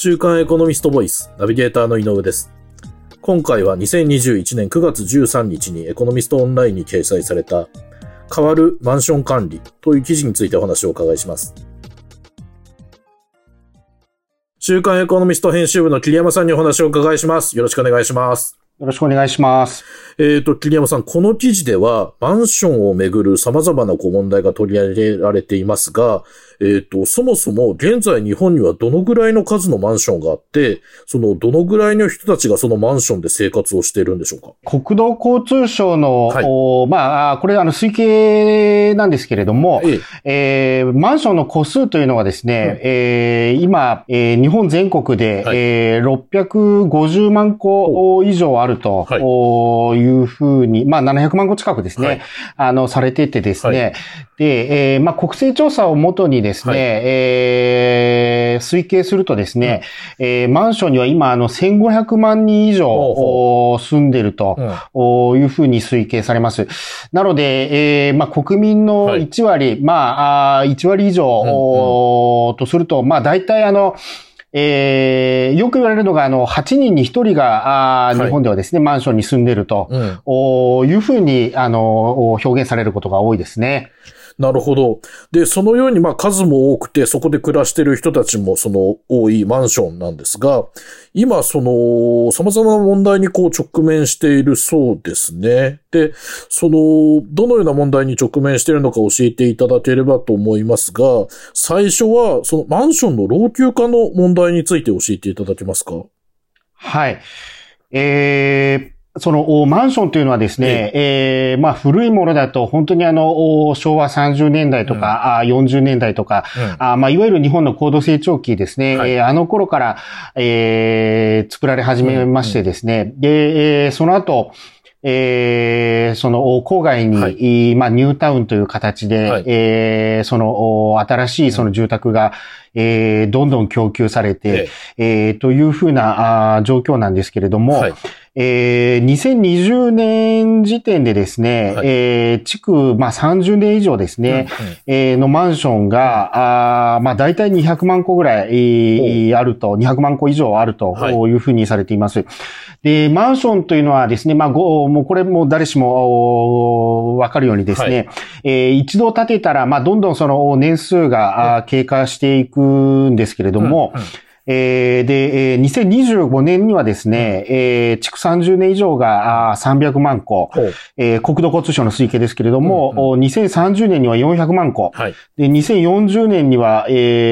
週刊エコノミストボイスナビゲーターの井上です。今回は2021年9月13日にエコノミストオンラインに掲載された変わるマンション管理という記事についてお話をお伺いします。週刊エコノミスト編集部の桐山さんにお話をお伺いします。よろしくお願いします。 よろしくお願いします。 桐山さん、この記事ではマンションをめぐる様々な問題が取り上げられていますが、そもそも現在日本にはどのぐらいの数のマンションがあって、どのぐらいの人たちがそのマンションで生活をしているんでしょうか？ 国土交通省の、これ推計なんですけれども、マンションの戸数というのがですね、今、日本全国で、650万戸以上あるというふうに、700万戸近くですね、されててですね、で、国勢調査をもとにですね、推計するとですね、マンションには今1500万人以上住んでいるというふうに推計されます。なので、国民の1割、1割以上とすると、大体よく言われるのが、8人に1人が、日本ではですね、マンションに住んでいると、いうふうに、表現されることが多いですね。 なるほど。で、そのように数も多くて、そこで暮らしている人たちも多いマンションなんですが、今様々な問題に直面しているそうですね。で、どのような問題に直面しているのか教えていただければと思いますが、最初はマンションの老朽化の問題について教えていただけますか？ はい。マンションというのはですね、古いものだと本当に昭和30年代とか、40年代とか、いわゆる日本の高度成長期ですね、あの頃から、作られ始めましてですね、で、その後、郊外に、ニュータウンという形で、新しい住宅が、どんどん供給されて、というふうな状況なんですけれども、2020年時点でですね、築30年以上ですね、のマンションが、だいたい200万戸ぐらいあると、200万戸以上あるというふうにされています。で、マンションというのはですね、もうこれも誰しもわかるようにですね、一度建てたら、どんどん年数が経過していくんですけれども、で、2025年にはですね、築30年以上が300万戸、国土交通省の推計ですけれども、2030年には400万戸、で、2040年には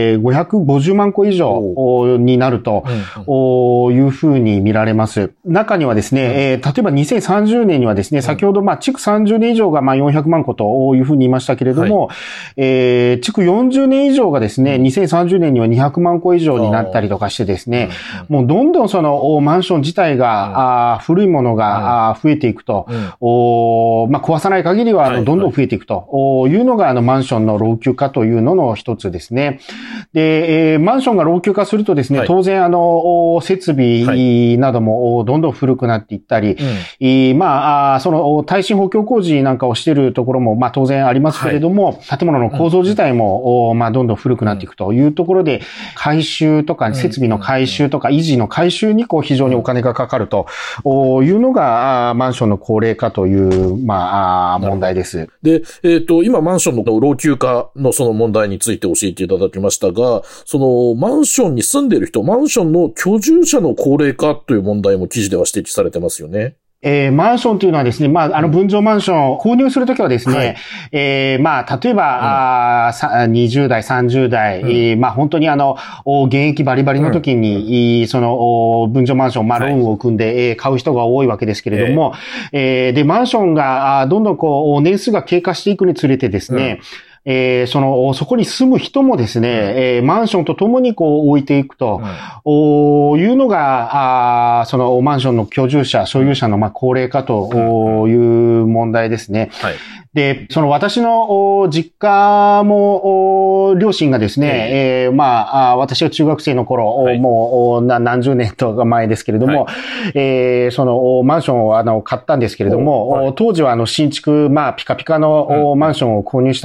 550万戸以上になるというふうに見られます。中にはですね、例えば2030年にはですね、先ほど築30年以上が400万戸というふうに言いましたけれども、築40年以上がですね、2030年には200万戸以上になったりとかしてですね、もうどんどんマンション自体が、古いものが増えていくと、壊さない限りはどんどん増えていくというのがマンションの老朽化というのの一つですね。で、マンションが老朽化するとですね、当然設備などもどんどん古くなっていったり、耐震補強工事なんかをしているところも当然ありますけれども、建物の構造自体もどんどん古くなっていくというところで、改修とか設備の改修とか維持の改修に非常にお金がかかるというのがマンションの高齢化という問題です。 で、今マンションの老朽化の問題について教えていただきましたが、マンションに住んでいる人、マンションの居住者の高齢化という問題も記事では指摘されてますよね。 マンションというのはですね、分譲マンションを購入するときはですね、例えば、20代、30代、本当に現役バリバリの時に、分譲マンション、ローンを組んで、買う人が多いわけですけれども、で、マンションが、どんどん年数が経過していくにつれてですね、そこに住む人もですね、マンションとともに置いていくと、いうのが、マンションの居住者、所有者の高齢化という問題ですね。で、私の実家も、両親がですね、私が中学生の頃、もう何十年とか前ですけれども、マンションを買ったんですけれども、当時は新築、ピカピカのマンションを購入したわけで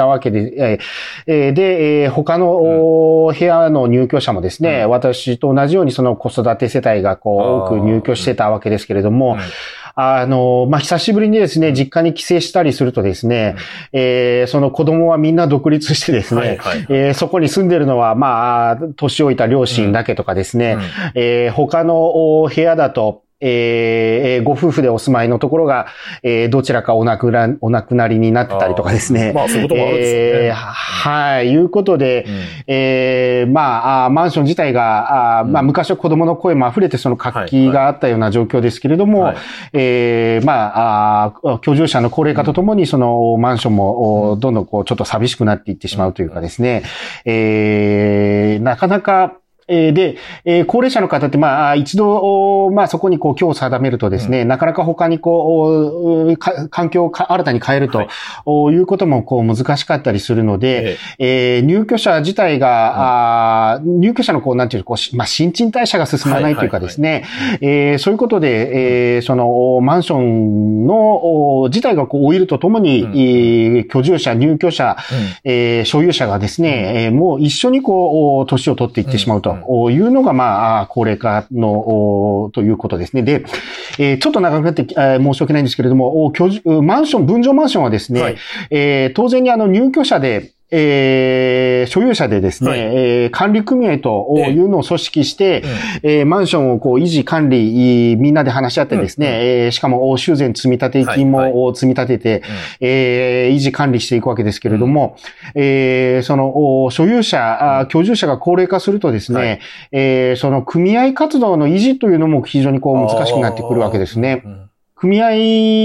で、他の部屋の入居者もですね、私と同じようにその子育て世帯が多く入居してたわけですけれども、久しぶりにですね、実家に帰省したりするとですね、その子供はみんな独立してですね、そこに住んでるのは、年老いた両親だけとかですね、他の部屋だと、ご夫婦でお住まいのところが、どちらかお亡くなりになってたりとかですね。 そういうこともあるんですよね。 はい、いうことで、マンション自体が、昔は子供の声も溢れてその活気があったような状況ですけれども、居住者の高齢化とともにそのマンションもどんどんちょっと寂しくなっていってしまうというかですね、なかなかで、高齢者の方って、一度、そこに今日を定めるとですね、なかなか他に環境を新たに変えると、いうことも難しかったりするので、入居者自体が、入居者のなんていう新陳代謝が進まないというかですね、そういうことで、そのマンションの自体が老いるとともに、居住者、入居者、所有者がですね、もう一緒に年を取っていってしまうと。いうのが、高齢化の、ということですね。で、ちょっと長くなって申し訳ないんですけれども、分譲マンションはですね、当然に入居者で、所有者でですね、管理組合というのを組織して、マンションを維持管理、みんなで話し合ってですね、しかも修繕積立金も積み立てて、維持管理していくわけですけれども、その所有者、居住者が高齢化するとですね、その組合活動の維持というのも非常に難しくなってくるわけですね。組合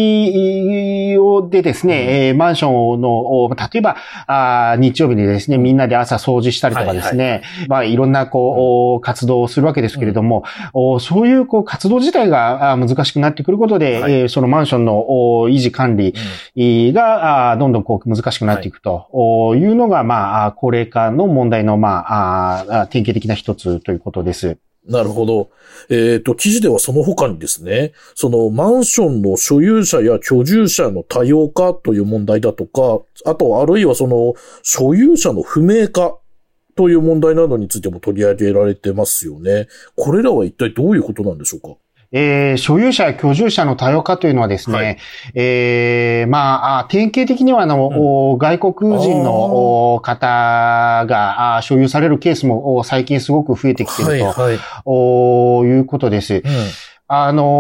でですね、マンションの、例えば、日曜日にですね、みんなで朝掃除したりとかですね、いろんな活動をするわけですけれども、そういう活動自体が難しくなってくることで、そのマンションの維持管理がどんどん難しくなっていくというのが、高齢化の問題の典型的な一つということです。 なるほど。記事ではその他にですね、そのマンションの所有者や居住者の多様化という問題だとか、あとあるいはその所有者の不明化という問題などについても取り上げられてますよね。これらは一体どういうことなんでしょうか？ 所有者や居住者の多様化というのはですね、典型的には外国人の方が所有されるケースも最近すごく増えてきているということです。日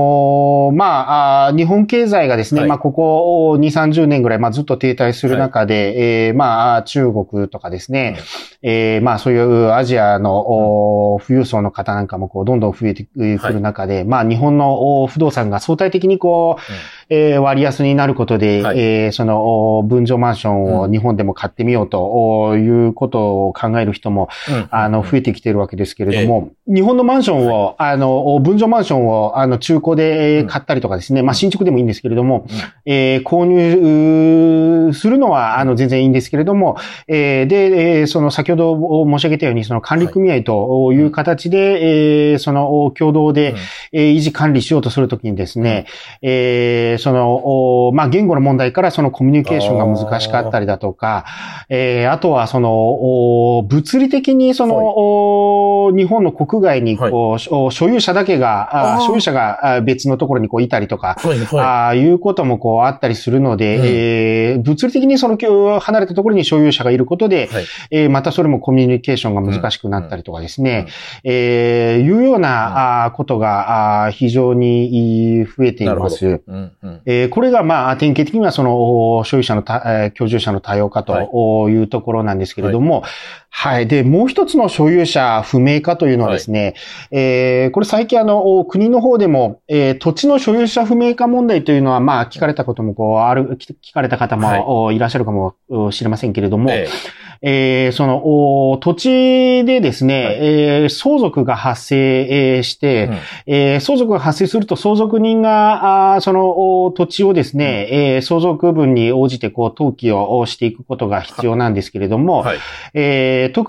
本経済がですね、ここ2、30年ぐらい、ずっと停滞する中で、中国とかですね、そういうアジアの富裕層の方なんかもどんどん増えてくる中で、日本の不動産が相対的に割安になることで、その分譲マンションを日本でも買ってみようということを考える人も、増えてきているわけですけれども、日本のマンションを、分譲マンションを中古で買ったりとかですね、新築でもいいんですけれども、購入するのは全然いいんですけれども、その先ほど申し上げたように、その管理組合という形で、その共同で維持管理しようとするときにですね、その、言語の問題からそのコミュニケーションが難しかったりだとか、あとはその、物理的にその、日本の国外に所有者だけが、所有者が別のところにいたりとか、いうこともあったりするので、物理的にその離れたところに所有者がいることで、またそれもコミュニケーションが難しくなったりとかですね、いうようなことが非常に増えています。これが典型的にはその所有者の居住者の多様化というところなんですけれども、で、もう一つの所有者不明化というのはですね、これ最近国の方でも、土地の所有者不明化問題というのは聞かれたことも聞かれた方もいらっしゃるかもしれませんけれども、その土地でですね、相続が発生して、相続が発生すると相続人がその土地をですね、相続分に応じて登記をしていくことが必要なんですけれども、特に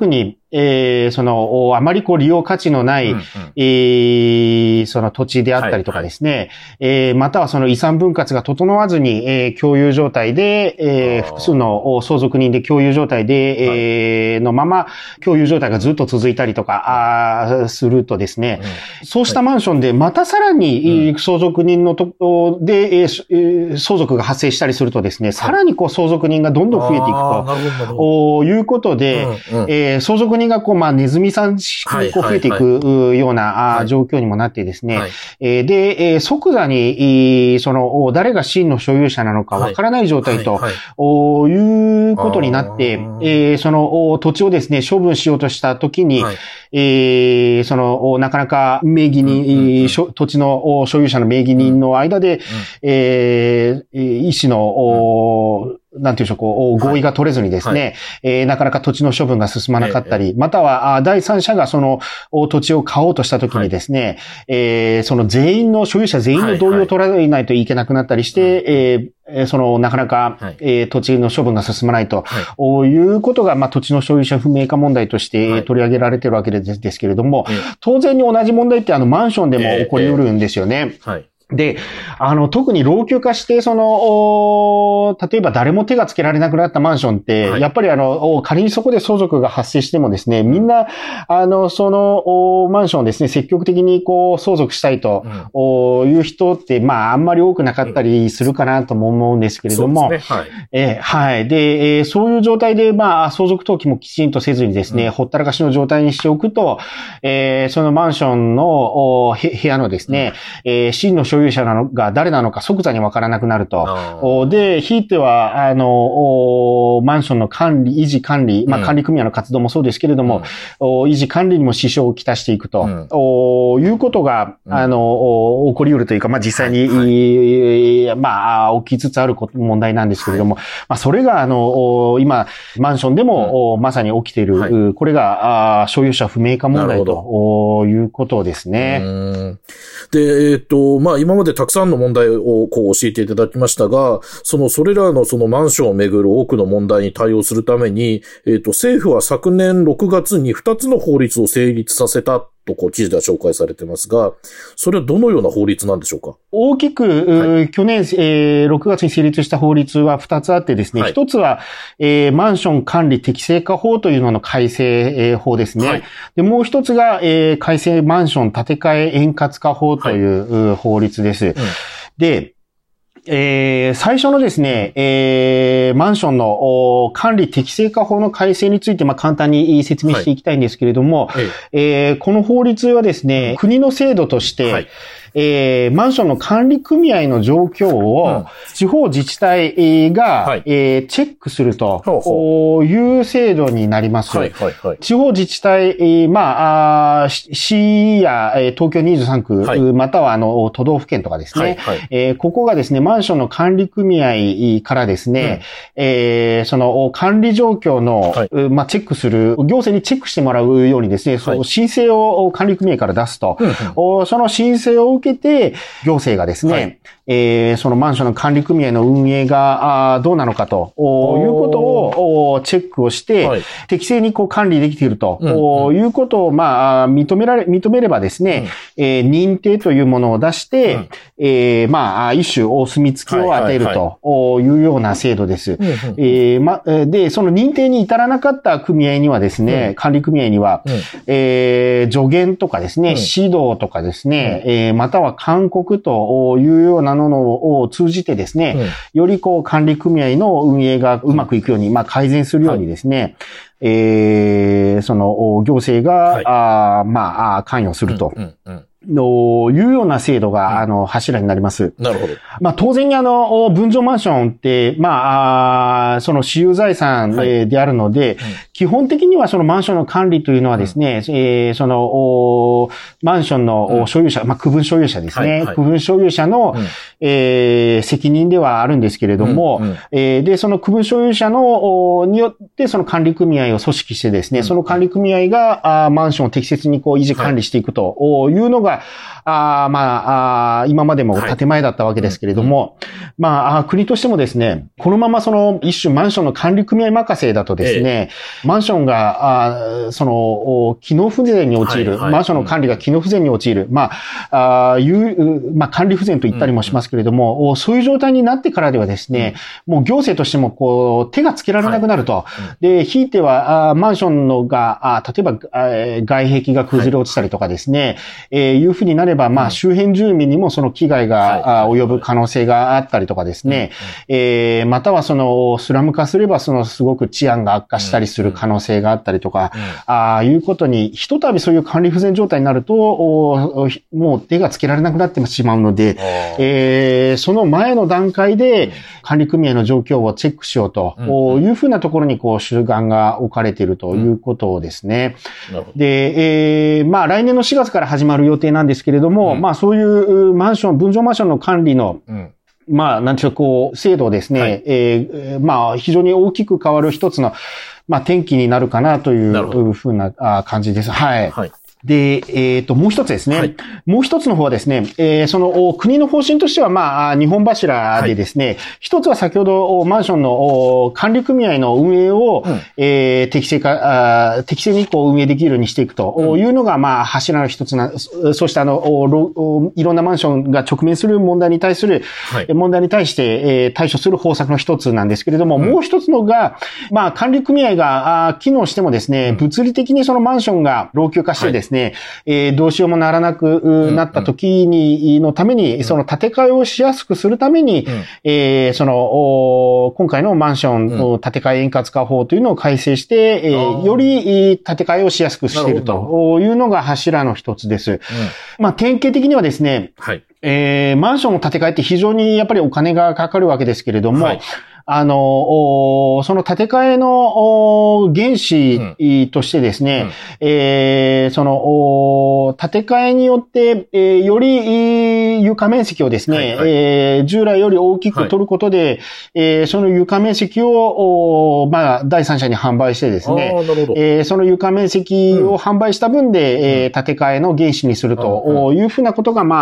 あまり利用価値のない、その土地であったりとかですね、またはその遺産分割が整わずに、共有状態で、複数の相続人で共有状態で、のまま共有状態がずっと続いたりとか、するとですね、そうしたマンションでまたさらに、相続人ので、相続が発生したりするとですね、さらに相続人がどんどん増えていくと、いうことで、相続人がネズミさん式に増えていくような状況にもなってですね、で、即座に、誰が真の所有者なのかわからない状態と、いうことになって、土地をですね、処分しようとしたときに、なかなか名義人、土地の所有者の名義人の間で、医師の、なんていうんでしょう、合意が取れずにですね、なかなか土地の処分が進まなかったり、または、第三者がその土地を買おうとしたときにですね、その所有者全員の同意を取らないといけなくなったりして、なかなか、土地の処分が進まないと、いうことが、土地の所有者不明化問題として取り上げられているわけですけれども、当然に同じ問題ってマンションでも起こり得るんですよね。で、特に老朽化して、例えば誰も手がつけられなくなったマンションって、やっぱり仮にそこで相続が発生してもですね、みんな、そのマンションをですね、積極的に相続したいと、いう人って、あんまり多くなかったりするかなとも思うんですけれども、で、そういう状態で、相続登記もきちんとせずにですね、ほったらかしの状態にしておくと、そのマンションの部屋のですね、真の所有者が誰なのか即座にわからなくなると。で、ひいては、マンションの管理、維持管理、管理組合の活動もそうですけれども、維持管理にも支障をきたしていくと、いうことが、起こり得るというか、実際に、起きつつある問題なんですけれども、それが、今、マンションでも、まさに起きている、これが、所有者不明化問題ということですね。 で、今までたくさんの問題を教えていただきましたが、それらのマンションをめぐる多くの問題に対応するために、政府は昨年6月に2つの法律を成立させたと記事では紹介されてますが、それはどのような法律なんでしょうか？ 大きく、去年、6月に成立した法律は2つあってですね、1つは、マンション管理適正化法というのの改正、法ですね。で、もう1つが、改正マンション建て替え円滑化法という、法律です。で、最初のですね、マンションの管理適正化法の改正について、簡単に説明していきたいんですけれども、この法律はですね、国の制度として、マンションの管理組合の状況を地方自治体が、チェックするという制度になります。地方自治体、市や東京23区、または都道府県とかですね、ここがですね、マンションの管理組合からですね、その管理状況の、チェックする、行政にチェックしてもらうようにですね、申請を管理組合から出すと、その申請を受けて、行政がですね、そのマンションの管理組合の運営がどうなのかということをチェックをして、適正に管理できているということを認めればですね、認定というものを出して、一種お墨付きを与えるというような制度です。で、その認定に至らなかった組合にはですね、管理組合には、助言とかですね、指導とかですね、または勧告というようなものを通じてですね、より管理組合の運営がうまくいくように、改善するようにですね、その行政が、関与すると。いうような制度が、柱になります。 なるほど。 当然に分譲マンションって、その私有財産であるので、基本的にはそのマンションの管理というのはですね、その、マンションの所有者、区分所有者ですね。区分所有者の、責任ではあるんですけれども、で、その区分所有者によってその管理組合を組織してですね、その管理組合が、マンションを適切に維持管理していくというのが、 が、今までも建前だったわけですけれども、国としてもですね、このまま一種マンションの管理組合任せだとですね、マンションが、機能不全に陥る、マンションの管理が機能不全に陥る、管理不全と言ったりもしますけれども、そういう状態になってからではですね、もう行政としても手がつけられなくなると。で、ひいては、マンションのが、例えば、外壁が崩れ落ちたりとかですね、いうふうになれば、周辺住民にもその危害が及ぶ可能性があったりとかですね、またはスラム化すれば、すごく治安が悪化したりする可能性があったりとか、いうことに、ひとたびそういう管理不全状態になると、もう手がつけられなくなってしまうので、その前の段階で管理組合の状況をチェックしようというふうなところに主眼が置かれているということですね。で、来年の4月から始まる予定なんですけれども、そういう分譲マンションの管理の、なんていう制度をですね、非常に大きく変わる一つの、転機になるかなというふうな感じです。はい。で、もう一つですね。もう一つの方はですね、国の方針としては、二本柱でですね、一つは先ほどマンションの管理組合の運営を、適正に運営できるようにしていくというのが、柱の一つそうしたいろんなマンションが直面する問題に対して、対処する方策の一つなんですけれども、もう一つのが、管理組合が機能してもですね、物理的にそのマンションが老朽化してですね、どうしようもならなくなった時のために、その建て替えをしやすくするために、今回のマンション建て替え円滑化法というのを改正して、より建て替えをしやすくしているというのが柱の一つです。典型的にはですね、マンションの建て替えって非常にやっぱりお金がかかるわけですけれども、その建て替えの原資としてですね、その建て替えによって、より床面積をですね、従来より大きく取ることで、その床面積を、第三者に販売してですね、その床面積を販売した分で、建て替えの原資にするというふうなことが、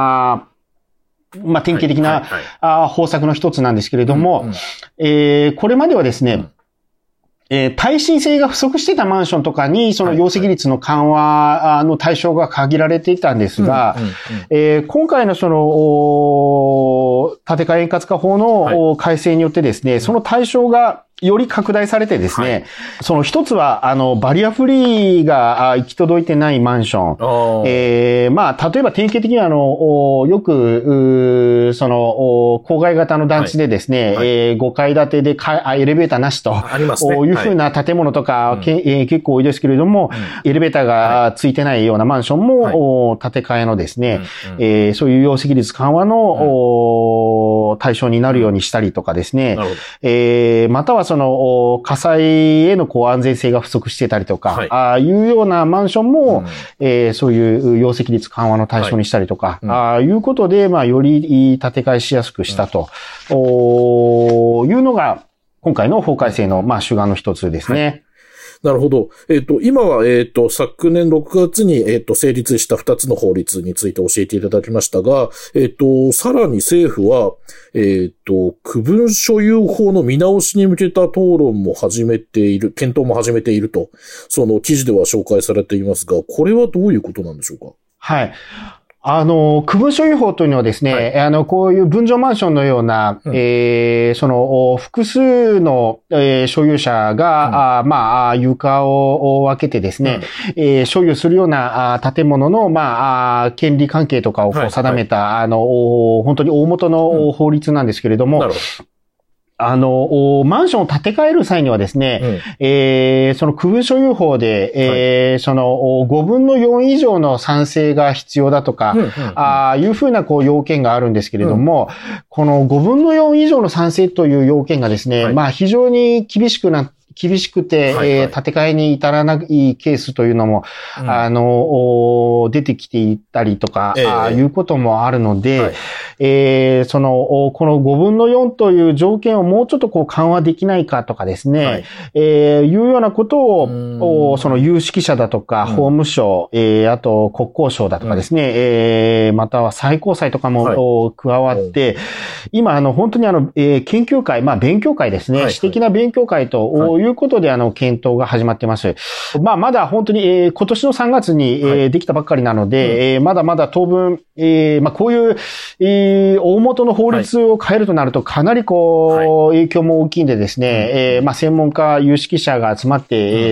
典型的な方策の一つなんですけれども、これまではですね、耐震性が不足してたマンションとかに、その容積率の緩和の対象が限られていたんですが、今回のその、建て替え円滑化法の改正によってですね、その対象がより拡大されてですね、その一つは、バリアフリーが行き届いてないマンション。例えば典型的にはよく、その、郊外型の団地でですね、5階建てでエレベーターなしと、いうふうな建物とか、結構多いですけれども、エレベーターがついてないようなマンションも、建て替えのですね、そういう容積率緩和の対象になるようにしたりとかですね、またはその火災への安全性が不足してたりとか、いうようなマンションも、そういう容積率緩和の対象にしたりとか、いうことで、より建て替えしやすくしたというのが、今回の法改正の、主眼の一つですね。 なるほど。今は、昨年6月に、成立した2つの法律について教えていただきましたが、さらに政府は、区分所有法の見直しに向けた討論も検討も始めていると、その記事では紹介されていますが、これはどういうことなんでしょうか？ はい。区分所有法というのはですね、こういう分譲マンションのような、その、複数の、所有者が、床を分けてですね、所有するような建物の、権利関係とかを定めた、本当に大元の法律なんですけれども、マンションを建て替える際にはですね、その区分所有法で、その5分の4以上の賛成が必要だとか、いうふうな要件があるんですけれども、この5分の4以上の賛成という要件がですね、非常に厳しく厳しくて、建て替えに至らないケースというのも、出てきていたりとか、いうこともあるので、この5分の4という条件をもうちょっと緩和できないかとかですね、いうようなことを、その有識者だとか、法務省、あと国交省だとかですね、または最高裁とかも加わって、今、本当に研究会、勉強会ですね、私的な勉強会ということで、検討が始まっています。まだ本当に、今年の3月に、できたばっかりなので、まだまだ当分、こういう、大元の法律を変えるとなると、かなり影響も大きいんでですね、専門家、有識者が集まって、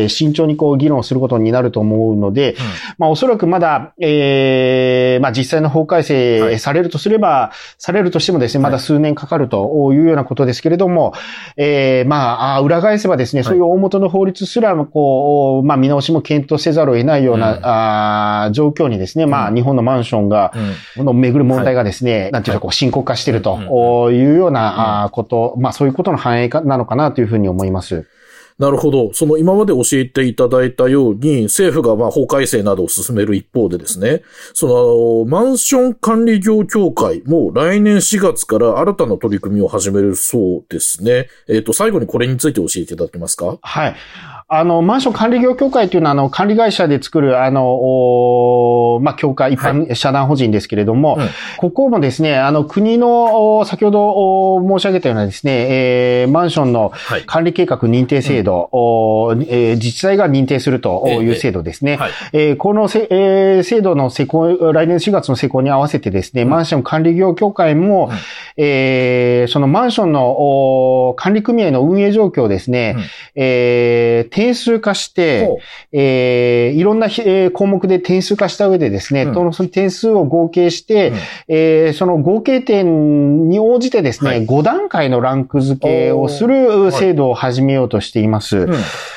慎重に議論することになると思うので、おそらくまだ、実際の法改正されるとしてもですね、まだ数年かかるというようなことですけれども、裏返せばですね、そういう大元の法律すらも見直しも検討せざるを得ないような、状況にですね、日本のマンションが、巡る問題がですね、なんていうか深刻化しているというようなこと、そういうことの反映なのかなというふうに思います。 なるほど。今まで教えていただいたように、政府が法改正などを進める一方でですね、マンション管理業協会も来年4月から新たな取り組みを始めるそうですね。最後にこれについて教えていただけますか？ はい。マンション管理業協会というのは、管理会社で作る、協会、一般社団法人ですけれども、ここもですね、国の、先ほど申し上げたようなですね、マンションの管理計画認定制度、自治体が認定するという制度ですね。この制度の施行、来年4月の施行に合わせてですね、マンション管理業協会も、そのマンションの管理組合の運営状況をですね、点数化して、いろんな項目で点数化した上でですね、その点数を合計して、その合計点に応じてですね、5段階のランク付けをする制度を始めようとしています。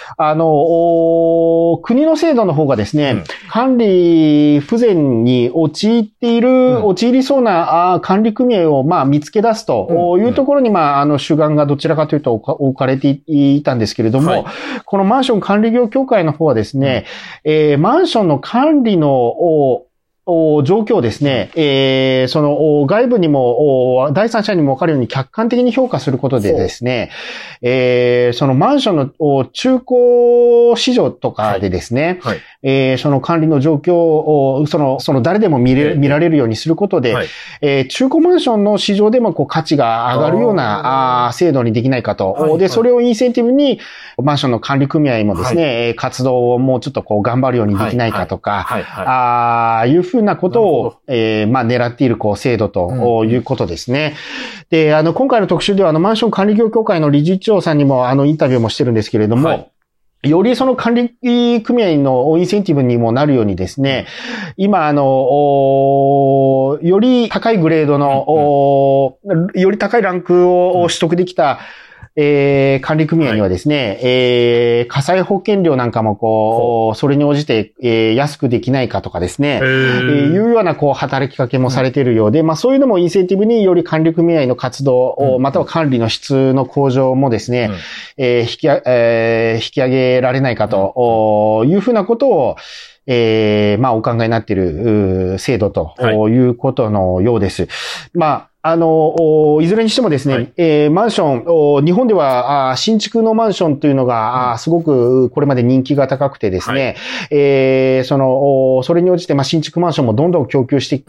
国の制度の方がですね、管理不全に陥りそうな管理組合を見つけ出すというところに主眼がどちらかというと置かれていたんですけれども、このマンション管理業協会の方はですね、マンションの管理の状況をですね、その外部にも、第三者にも分かるように客観的に評価することでですね、そのマンションの中古市場とかでですね、その管理の状況を、その誰でも見られるようにすることで、中古マンションの市場でも価値が上がるような制度にできないかと。で、それをインセンティブに、マンションの管理組合もですね、活動をもうちょっと頑張るようにできないかとか、いうふうなことを、狙っている制度ということですね。で、今回の特集ではマンション管理業協会の理事長さんにもインタビューもしてるんですけれども、よりその管理組合のインセンティブにもなるようにですね、今より高いグレードの、より高いランクを取得できた管理組合にはですね、火災保険料なんかもそれに応じて、安くできないかとかですね、いうような働きかけもされているようで、そういうのもインセンティブにより管理組合の活動を、または管理の質の向上もですね、引き上げられないかというふうなことを、お考えになっている制度ということのようです。いずれにしてもですね、マンション、日本では新築のマンションというのがすごくこれまで人気が高くてですね、それに応じて新築マンションもどんどん供給して、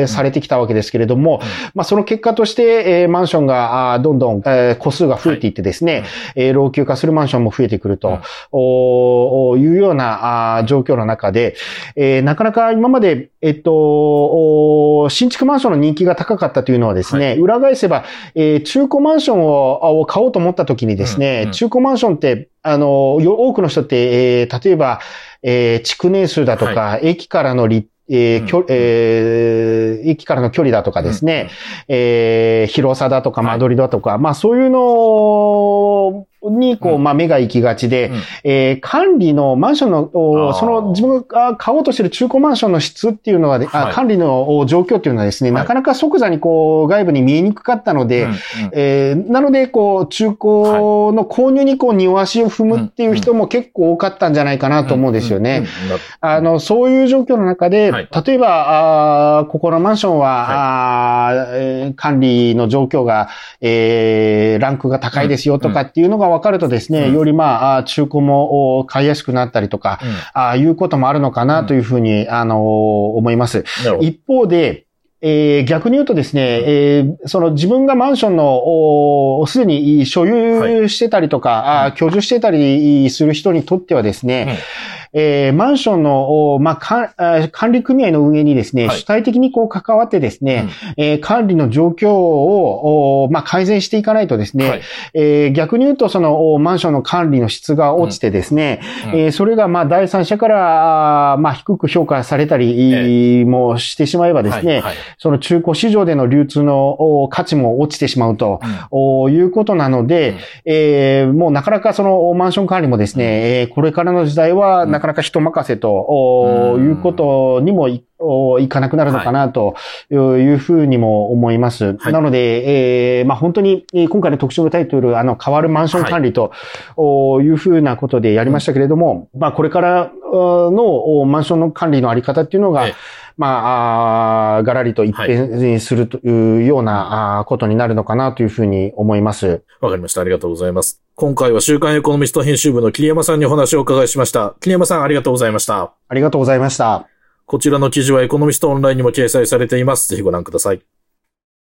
されてきたわけですけれども、その結果として、マンションがどんどん戸数が増えていってですね、老朽化するマンションも増えてくるというような状況の中で、なかなか今まで、新築マンションの人気が高かったというのはですね、裏返せば、中古マンションを買おうと思った時にですね、中古マンションって、多くの人って、例えば、築年数だとか、駅からの駅からの距離だとかですね、広さだとか間取りだとか、そういうのに、目が行きがちで、管理のマンションの、その自分が買おうとしている中古マンションの質っていうのは、管理の状況っていうのはですね、なかなか即座に外部に見えにくかったので、なので、中古の購入に二足を踏むっていう人も結構多かったんじゃないかなと思うんですよね。そういう状況の中で、例えば、ここのマンションは、管理の状況が、ランクが高いですよとかっていうのが分かるとですね、より中古も買いやすくなったりとか、いうこともあるのかなというふうに、思います。一方で、逆に言うとですね、その自分がマンションの、すでに所有してたりとか、居住してたりする人にとってはですね、マンションの、管理組合の運営にですね、主体的に関わってですね、管理の状況を、改善していかないとですね、逆に言うとそのマンションの管理の質が落ちてですね、それが第三者から、低く評価されたりもしてしまえばですね、その中古市場での流通の価値も落ちてしまうということなので、もうなかなかそのマンション管理もですね、これからの時代はなかなか人任せということにもいかなくなるのかなというふうにも思います。なので、本当に今回の特集のタイトル、変わるマンション管理というふうなことでやりましたけれども、これからのマンションの管理のあり方っていうのが、ガラリと一変するというようなことになるのかなというふうに思います。 わかりました。ありがとうございます。今回は週刊エコノミスト編集部の桐山さんにお話をお伺いしました。桐山さん、ありがとうございました。 ありがとうございました。 こちらの記事はエコノミストオンラインにも掲載されています。ぜひご覧ください。